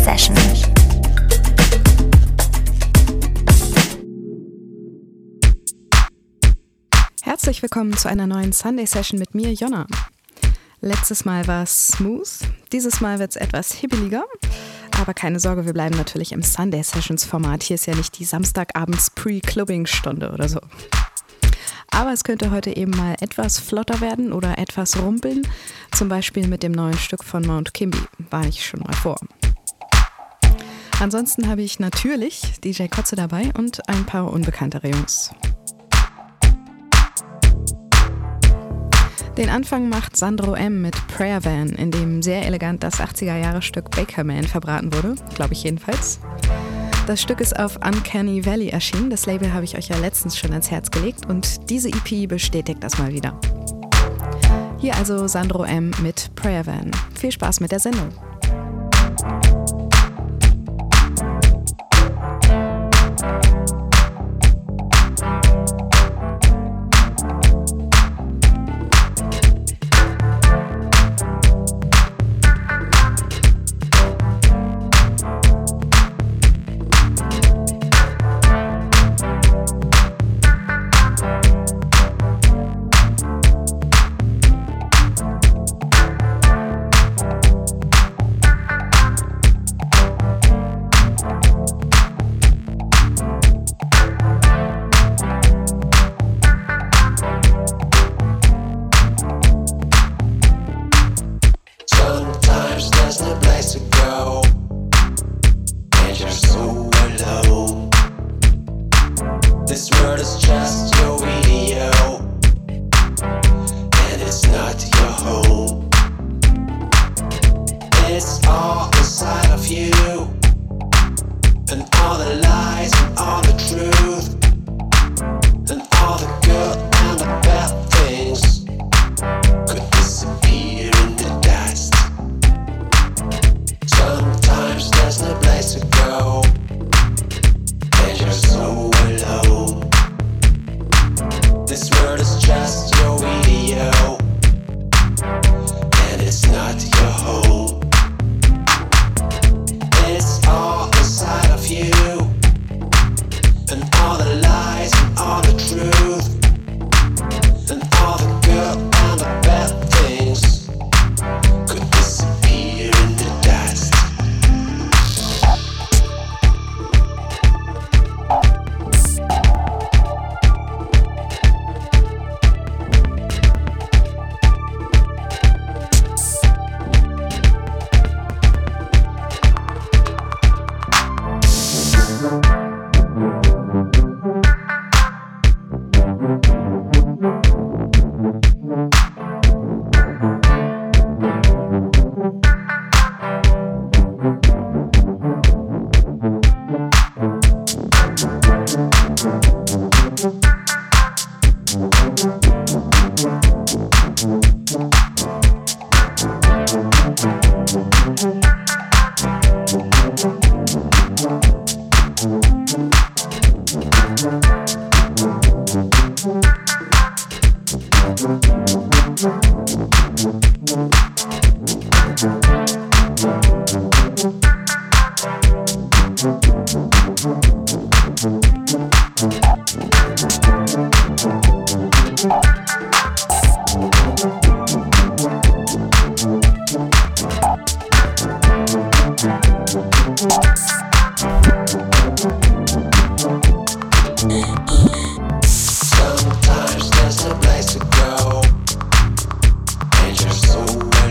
Session. Herzlich willkommen zu einer neuen Sunday Session mit mir, Jonna. Letztes Mal war es smooth, dieses Mal wird es etwas hibbeliger. Aber keine Sorge, wir bleiben natürlich im Sunday Sessions Format. Hier ist ja nicht die Samstagabends Pre-Clubbing-Stunde oder so. Aber es könnte heute eben mal etwas flotter werden oder etwas rumpeln. Zum Beispiel mit dem neuen Stück von Mount Kimby. War ich schon mal vor. Ansonsten habe ich natürlich DJ Kotze dabei und ein paar unbekanntere Jungs. Den Anfang macht Sandro M. mit Prayer Van, in dem sehr elegant das 80er-Jahre-Stück Baker Man verbraten wurde, glaube ich jedenfalls. Das Stück ist auf Uncanny Valley erschienen, das Label habe ich euch ja letztens schon ans Herz gelegt und diese EP bestätigt das mal wieder. Hier also Sandro M. mit Prayer Van. Viel Spaß mit der Sendung. Sometimes there's no place to go, and you're so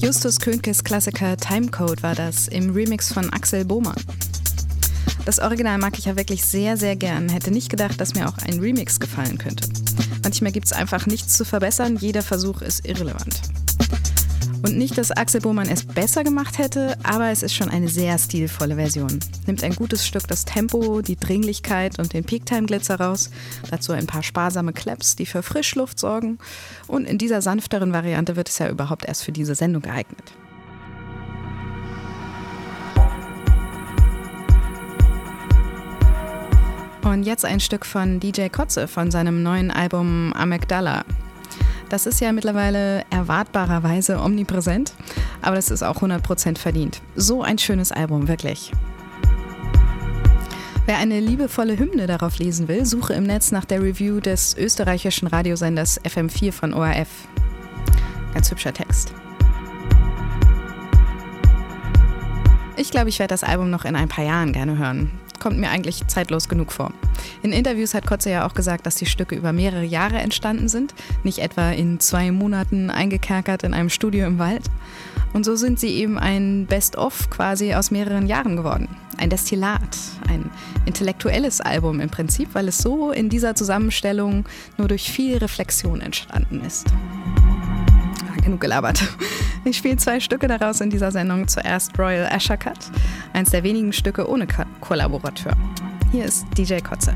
Justus Köhnkes Klassiker Timecode war das im Remix von Axel Bohmann. Das Original mag ich ja wirklich sehr, sehr gern. Hätte nicht gedacht, dass mir auch ein Remix gefallen könnte. Manchmal gibt es einfach nichts zu verbessern, jeder Versuch ist irrelevant. Und nicht, dass Axel Bohmann es besser gemacht hätte, aber es ist schon eine sehr stilvolle Version. Nimmt ein gutes Stück das Tempo, die Dringlichkeit und den Peak-Time-Glitzer raus, dazu ein paar sparsame Claps, die für Frischluft sorgen. Und in dieser sanfteren Variante wird es ja überhaupt erst für diese Sendung geeignet. Und jetzt ein Stück von DJ Kotze von seinem neuen Album Amygdala. Das ist ja mittlerweile erwartbarerweise omnipräsent, aber das ist auch 100% verdient. So ein schönes Album, wirklich. Wer eine liebevolle Hymne darauf lesen will, suche im Netz nach der Review des österreichischen Radiosenders FM4 von ORF. Ganz hübscher Text. Ich glaube, ich werde das Album noch in ein paar Jahren gerne hören. Kommt mir eigentlich zeitlos genug vor. In Interviews hat Kotze ja auch gesagt, dass die Stücke über mehrere Jahre entstanden sind, nicht etwa in 2 Monaten eingekerkert in einem Studio im Wald. Und so sind sie eben ein Best-of quasi aus mehreren Jahren geworden. Ein Destillat, ein intellektuelles Album im Prinzip, weil es so in dieser Zusammenstellung nur durch viel Reflexion entstanden ist. Genug gelabert. Ich spiele 2 Stücke daraus in dieser Sendung. Zuerst Royal Ashercut, eins der wenigen Stücke ohne Kollaborateur. Hier ist DJ Kotze.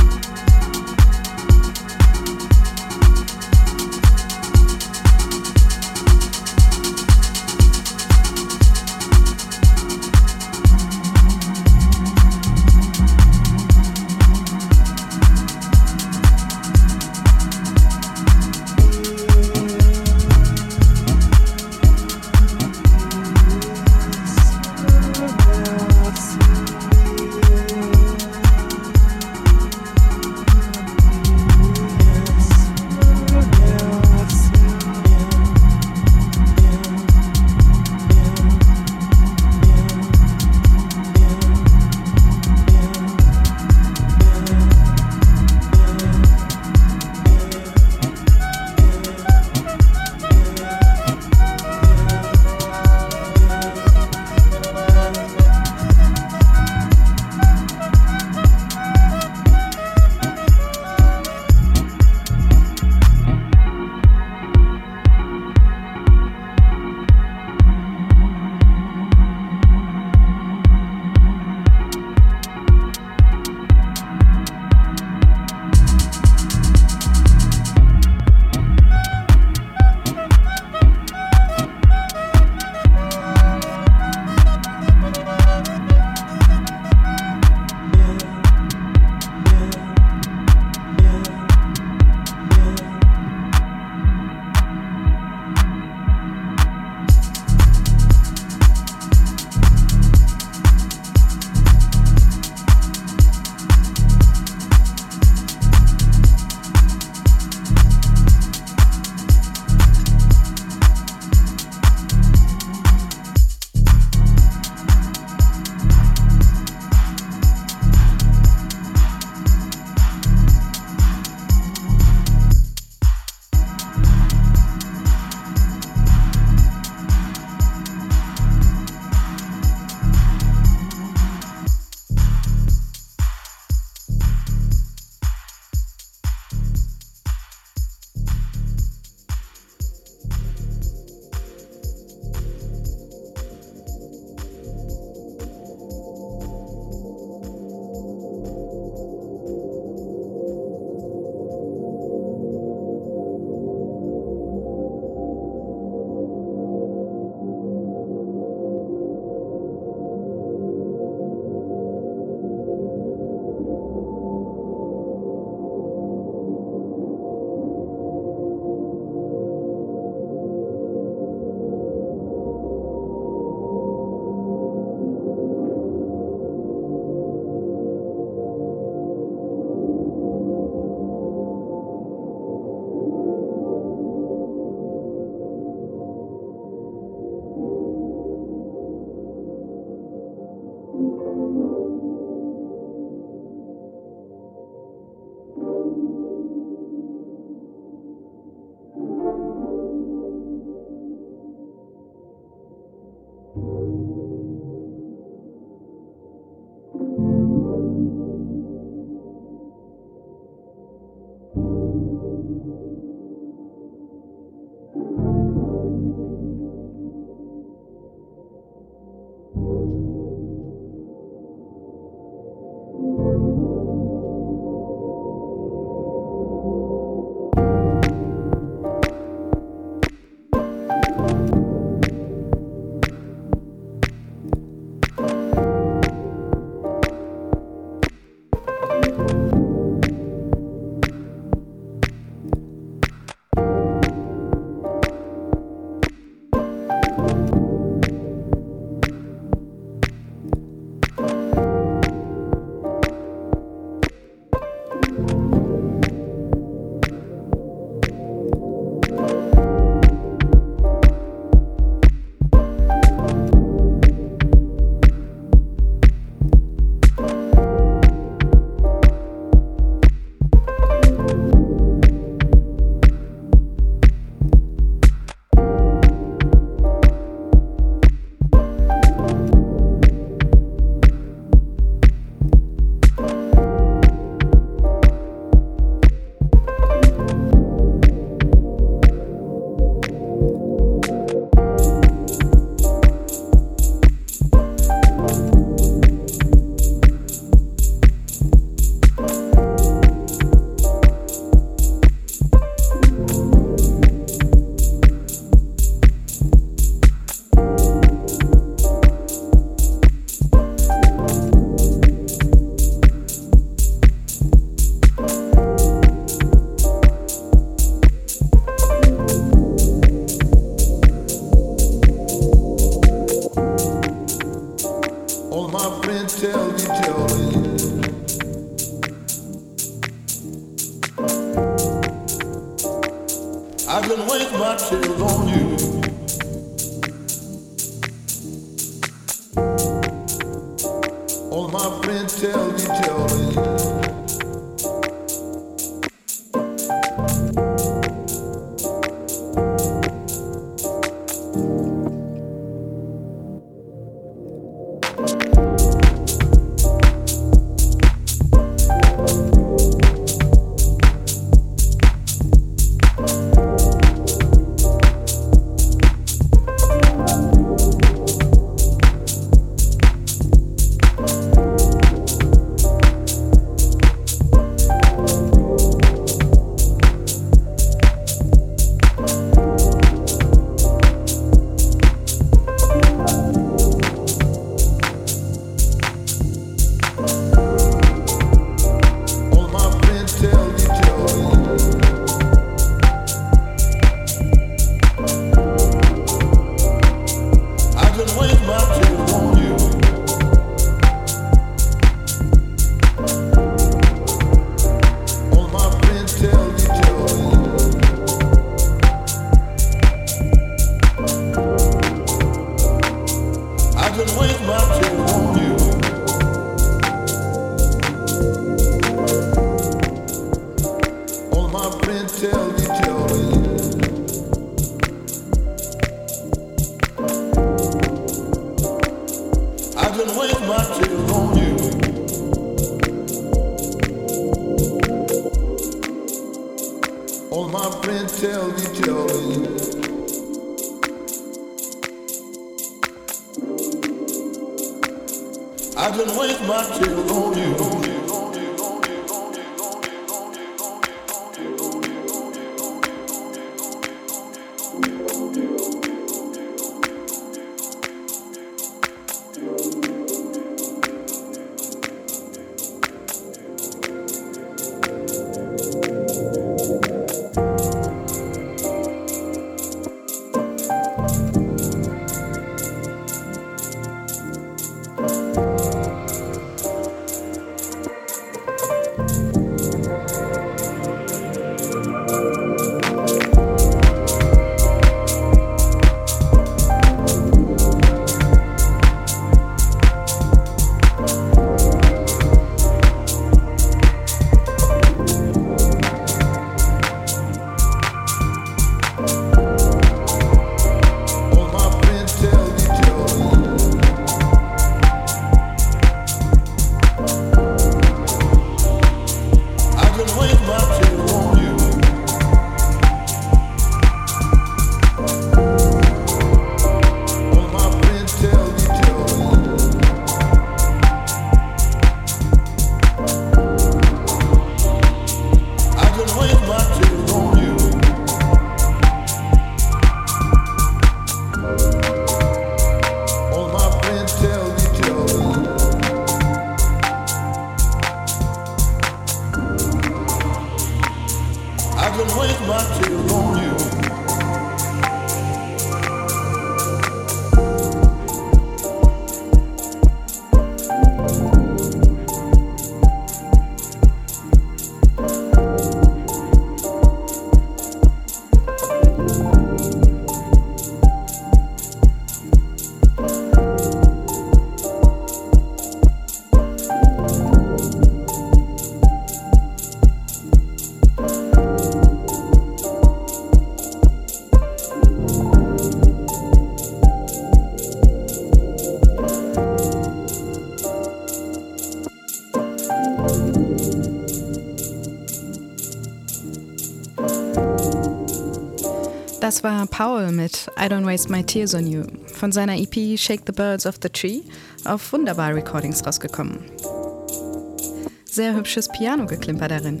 Das war Paul mit I Don't Waste My Tears on You von seiner EP Shake the Birds Off the Tree auf Wunderbar Recordings rausgekommen. Sehr hübsches Piano-Geklimper darin.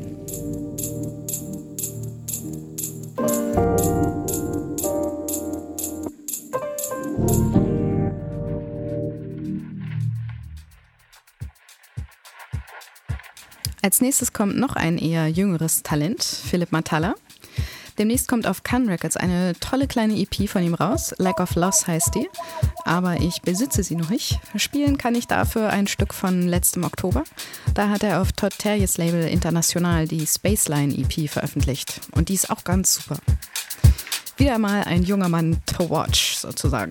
Als nächstes kommt noch ein eher jüngeres Talent, Philip Matala. Demnächst kommt auf Can Records eine tolle kleine EP von ihm raus, Lack of Loss heißt die, aber ich besitze sie noch nicht. Spielen kann ich dafür ein Stück von letztem Oktober. Da hat er auf Todd Terjes Label International die Spaceline EP veröffentlicht und die ist auch ganz super. Wieder mal ein junger Mann to watch sozusagen.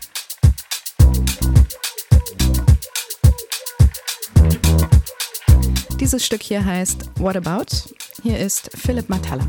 Dieses Stück hier heißt What About? Hier ist Philip Matala.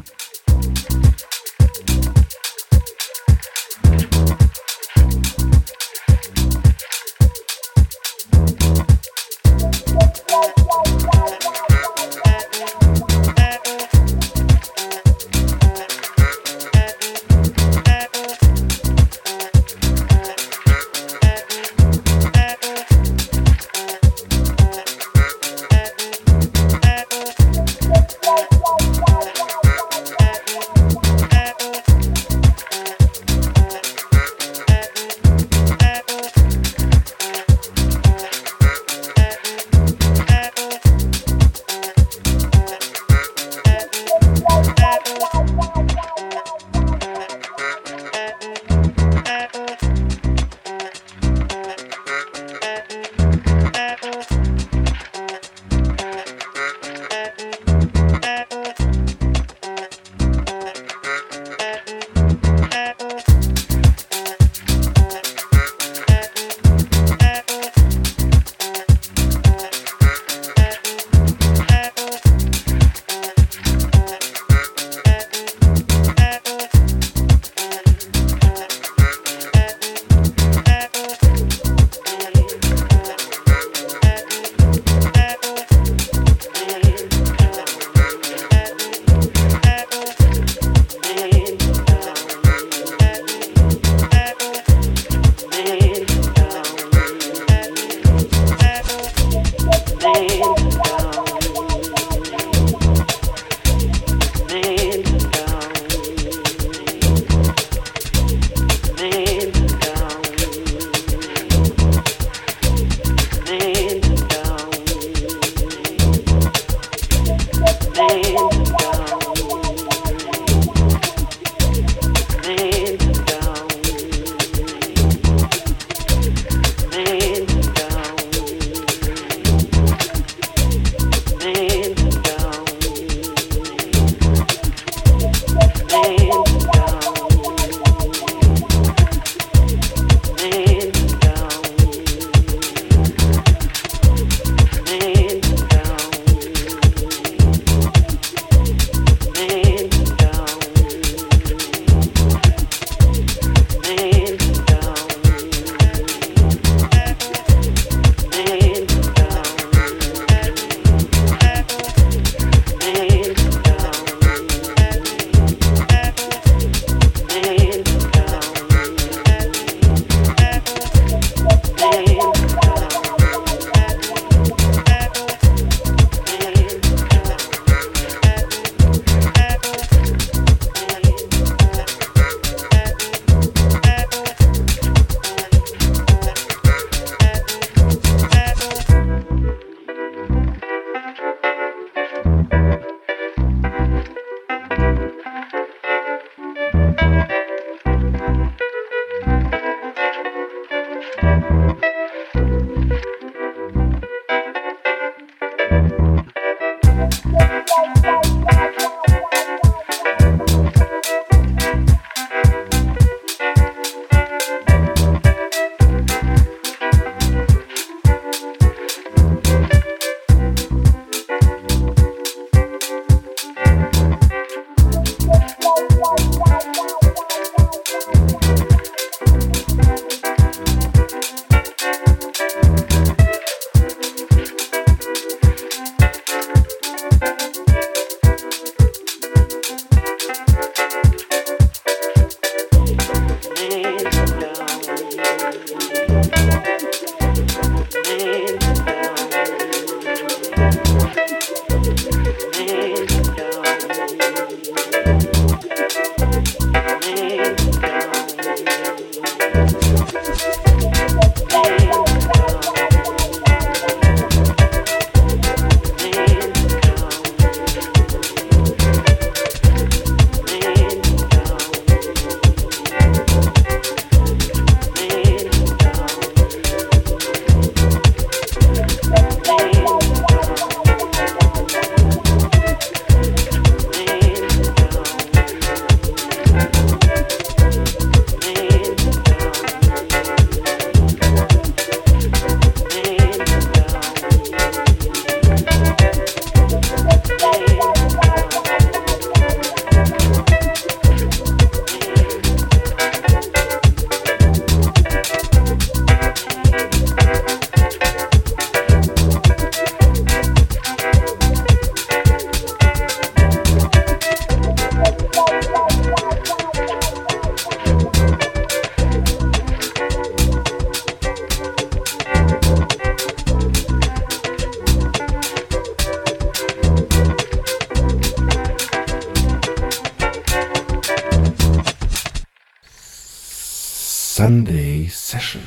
Sunday Session.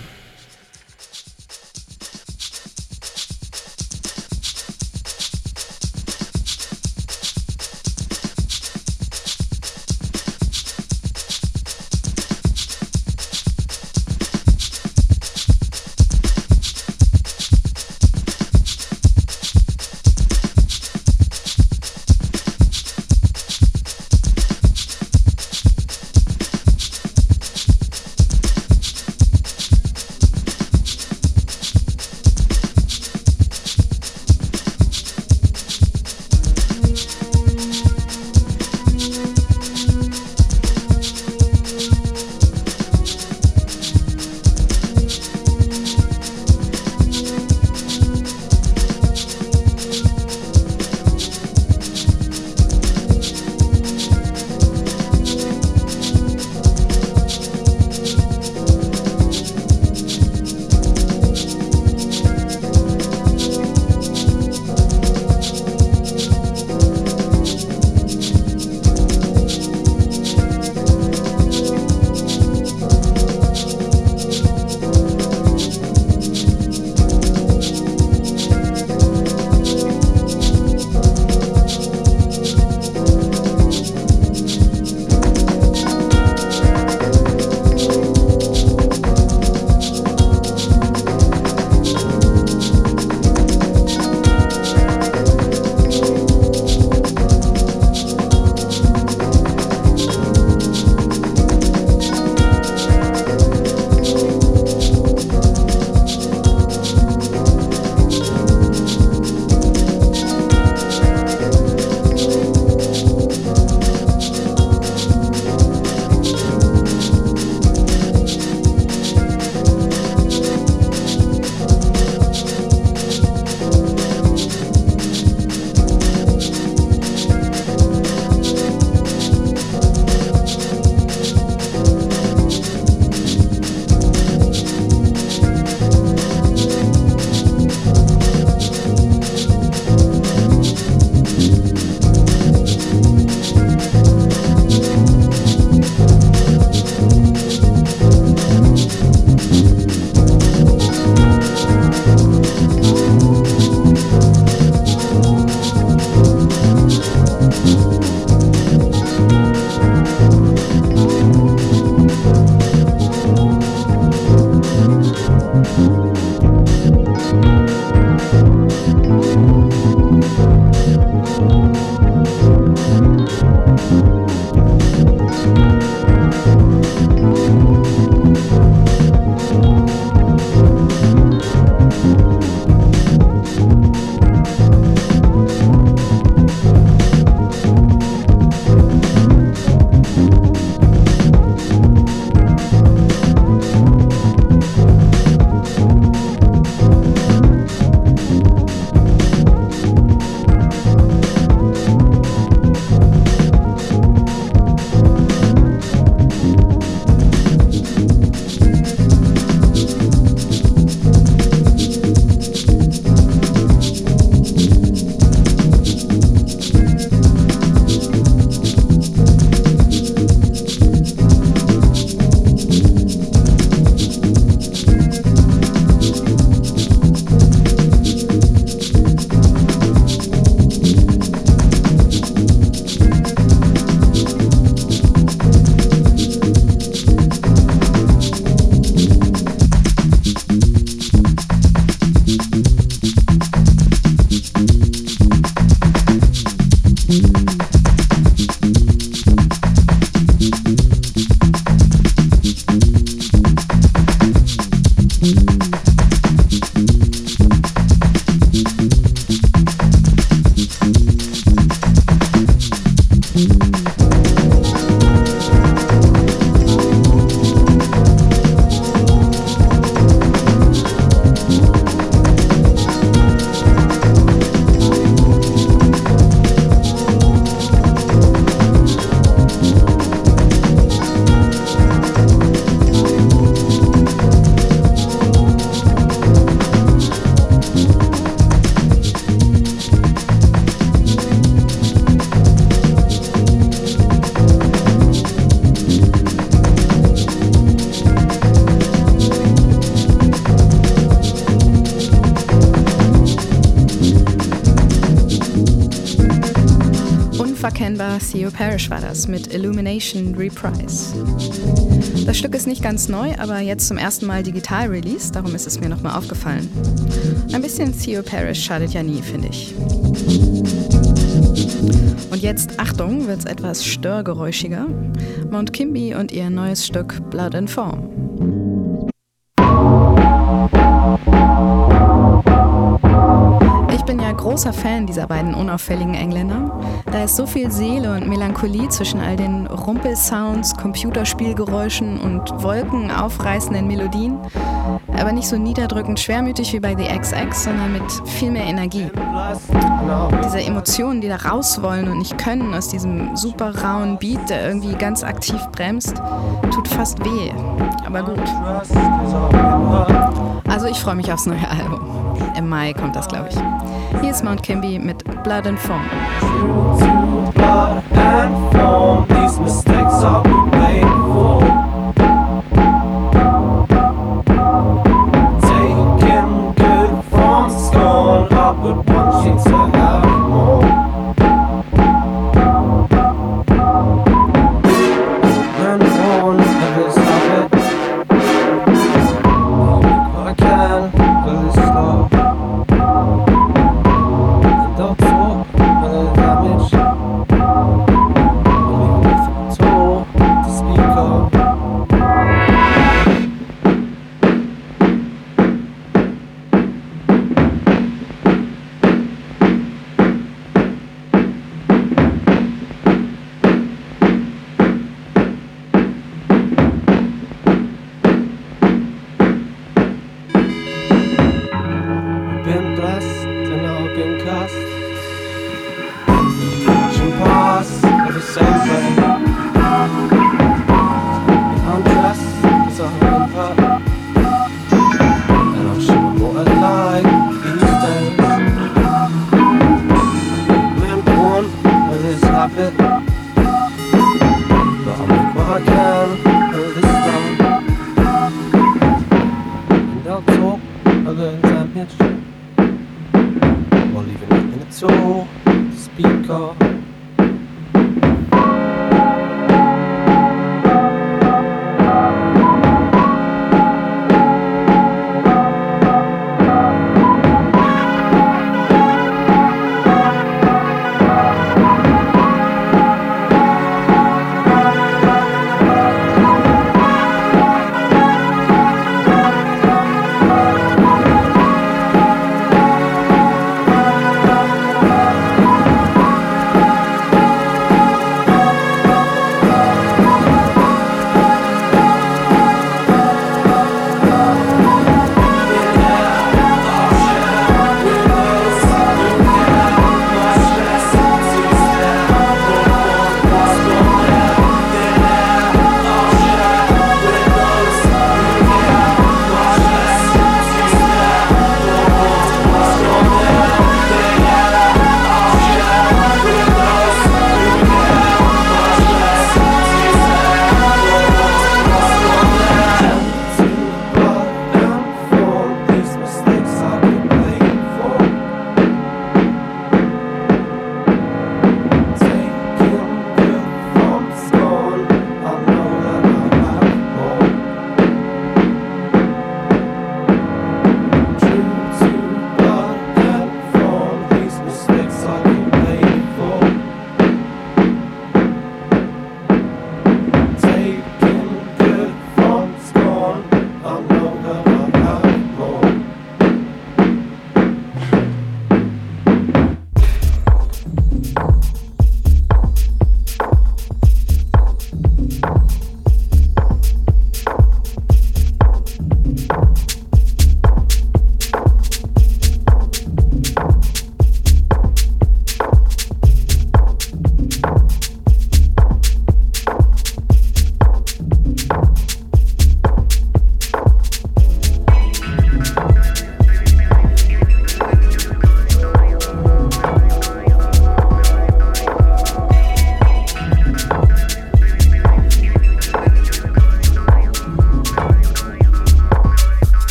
Unverkennbar Theo Parrish war das mit Illumination Reprise. Das Stück ist nicht ganz neu, aber jetzt zum ersten Mal digital released, darum ist es mir nochmal aufgefallen. Ein bisschen Theo Parrish schadet ja nie, finde ich. Und jetzt, Achtung, wird's etwas störgeräuschiger. Mount Kimbie und ihr neues Stück Blood and Form. Ich bin ja großer Fan dieser beiden unauffälligen Engländer. Da ist so viel Seele und Melancholie zwischen all den Rumpelsounds, Computerspielgeräuschen und wolkenaufreißenden Melodien. Aber nicht so niederdrückend schwermütig wie bei The XX, sondern mit viel mehr Energie. Diese Emotionen, die da raus wollen und nicht können aus diesem super rauen Beat, der irgendwie ganz aktiv bremst, tut fast weh. Aber gut. Also ich freue mich aufs neue Album. Im Mai kommt das, glaube ich. Hier ist Mount Kimbie mit Blood and Form. Blood and form, these mistakes are painful. Taking good from scorn, I would want you to have more. And one of this habit, I can, but it's slow.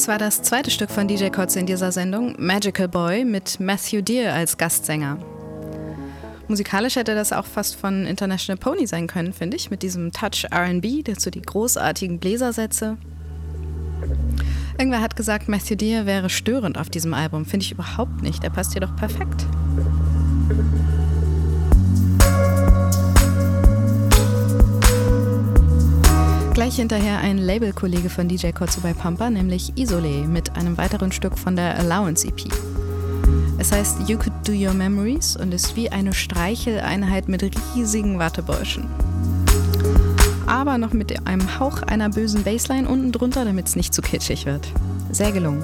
war das zweite Stück von DJ Koze in dieser Sendung, Magical Boy, mit Matthew Dear als Gastsänger. Musikalisch hätte das auch fast von International Pony sein können, finde ich, mit diesem Touch R&B, dazu die großartigen Bläsersätze. Irgendwer hat gesagt, Matthew Dear wäre störend auf diesem Album. Finde ich überhaupt nicht, er passt hier doch perfekt. Gleich hinterher ein Labelkollege von DJ Koze bei Pampa, nämlich Isolé, mit einem weiteren Stück von der Allowance EP. Es heißt You Could Do Your Memories und ist wie eine Streicheleinheit mit riesigen Wattebäuschen. Aber noch mit einem Hauch einer bösen Bassline unten drunter, damit es nicht zu kitschig wird. Sehr gelungen.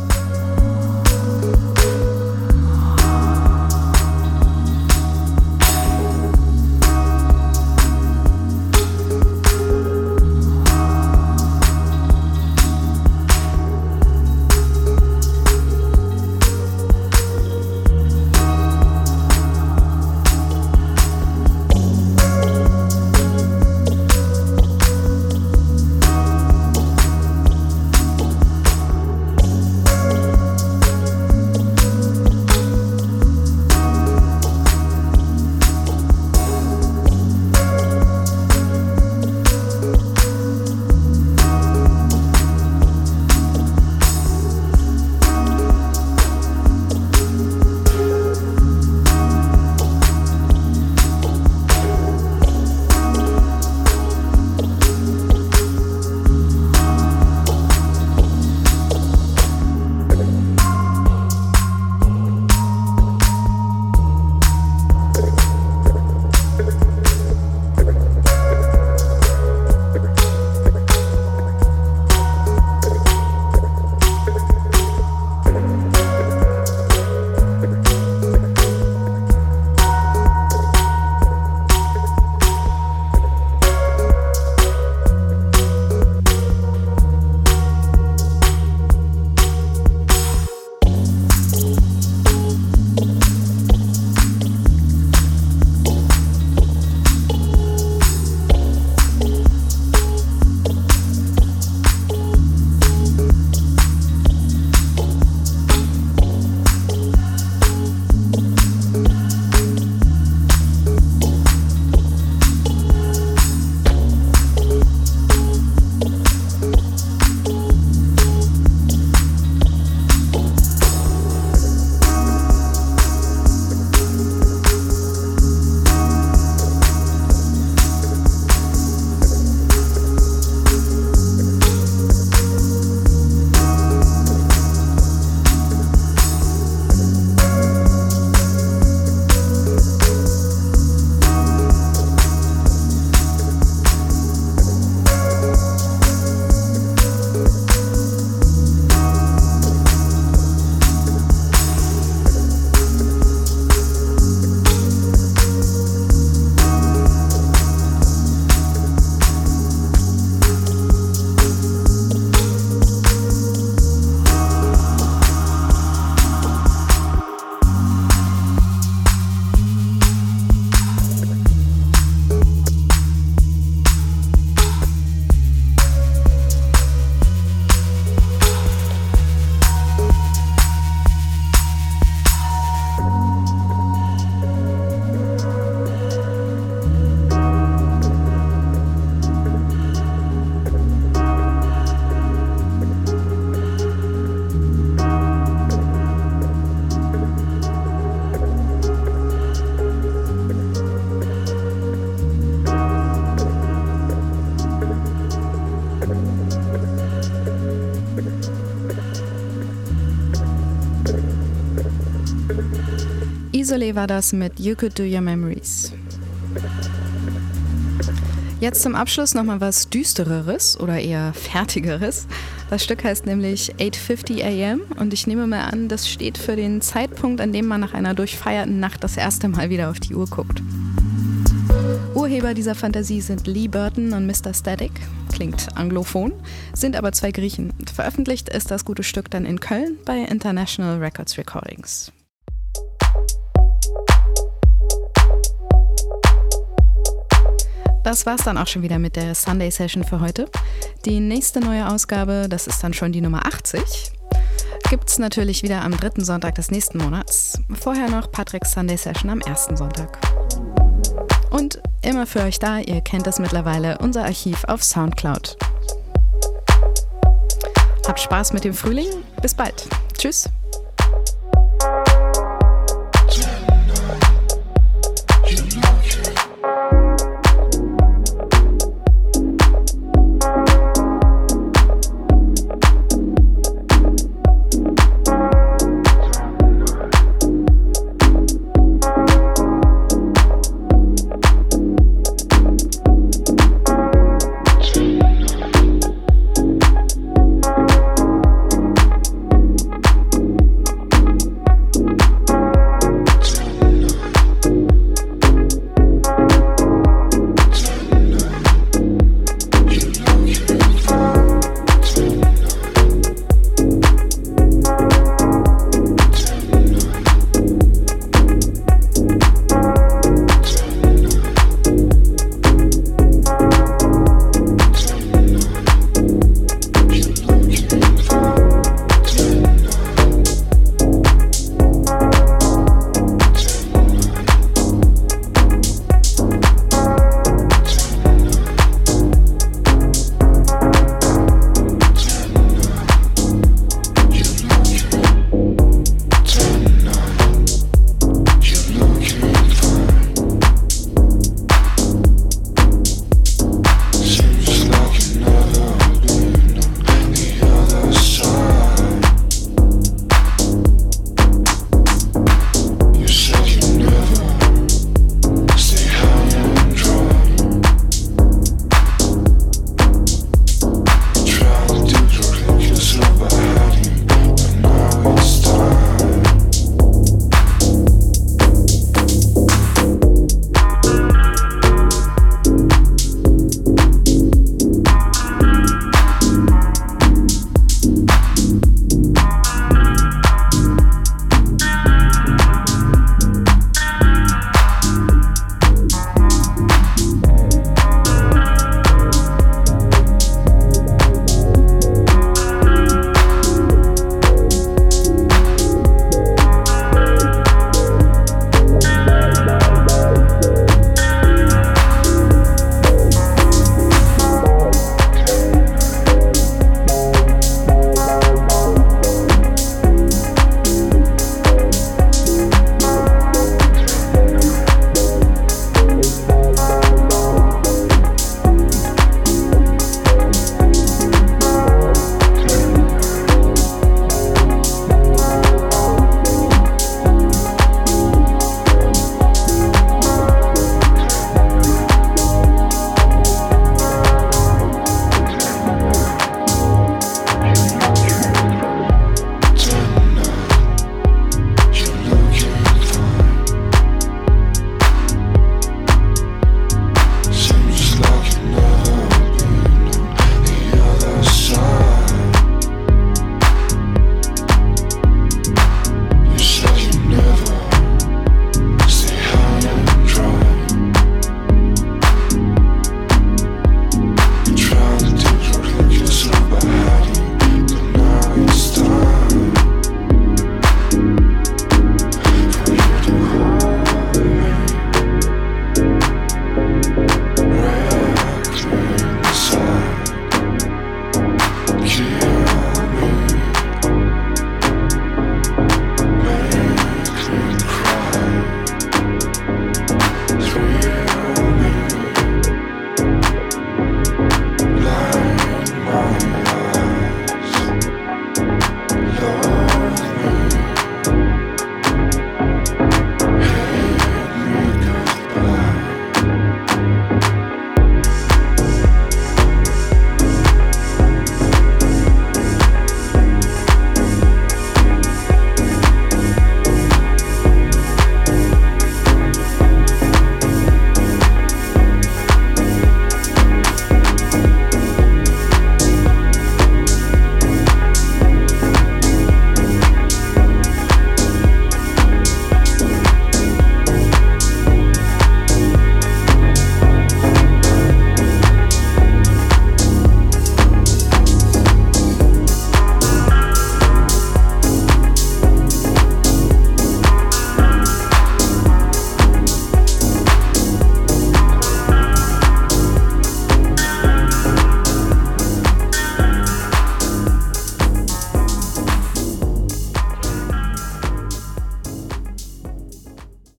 Isolé war das mit You Could Do Your Memories. Jetzt zum Abschluss nochmal was Düstereres oder eher Fertigeres. Das Stück heißt nämlich 8:50 AM und ich nehme mal an, das steht für den Zeitpunkt, an dem man nach einer durchfeierten Nacht das erste Mal wieder auf die Uhr guckt. Urheber dieser Fantasie sind Lee Burton und Mr. Static, klingt anglophon, sind aber zwei Griechen. Veröffentlicht ist das gute Stück dann in Köln bei International Records Recordings. das war's dann auch schon wieder mit der Sunday Session für heute. Die nächste neue Ausgabe, das ist dann schon die Nummer 80, gibt's natürlich wieder am 3. Sonntag des nächsten Monats. Vorher noch Patricks Sunday Session am 1. Sonntag. Und immer für euch da, ihr kennt es mittlerweile, unser Archiv auf Soundcloud. Habt Spaß mit dem Frühling, bis bald. Tschüss.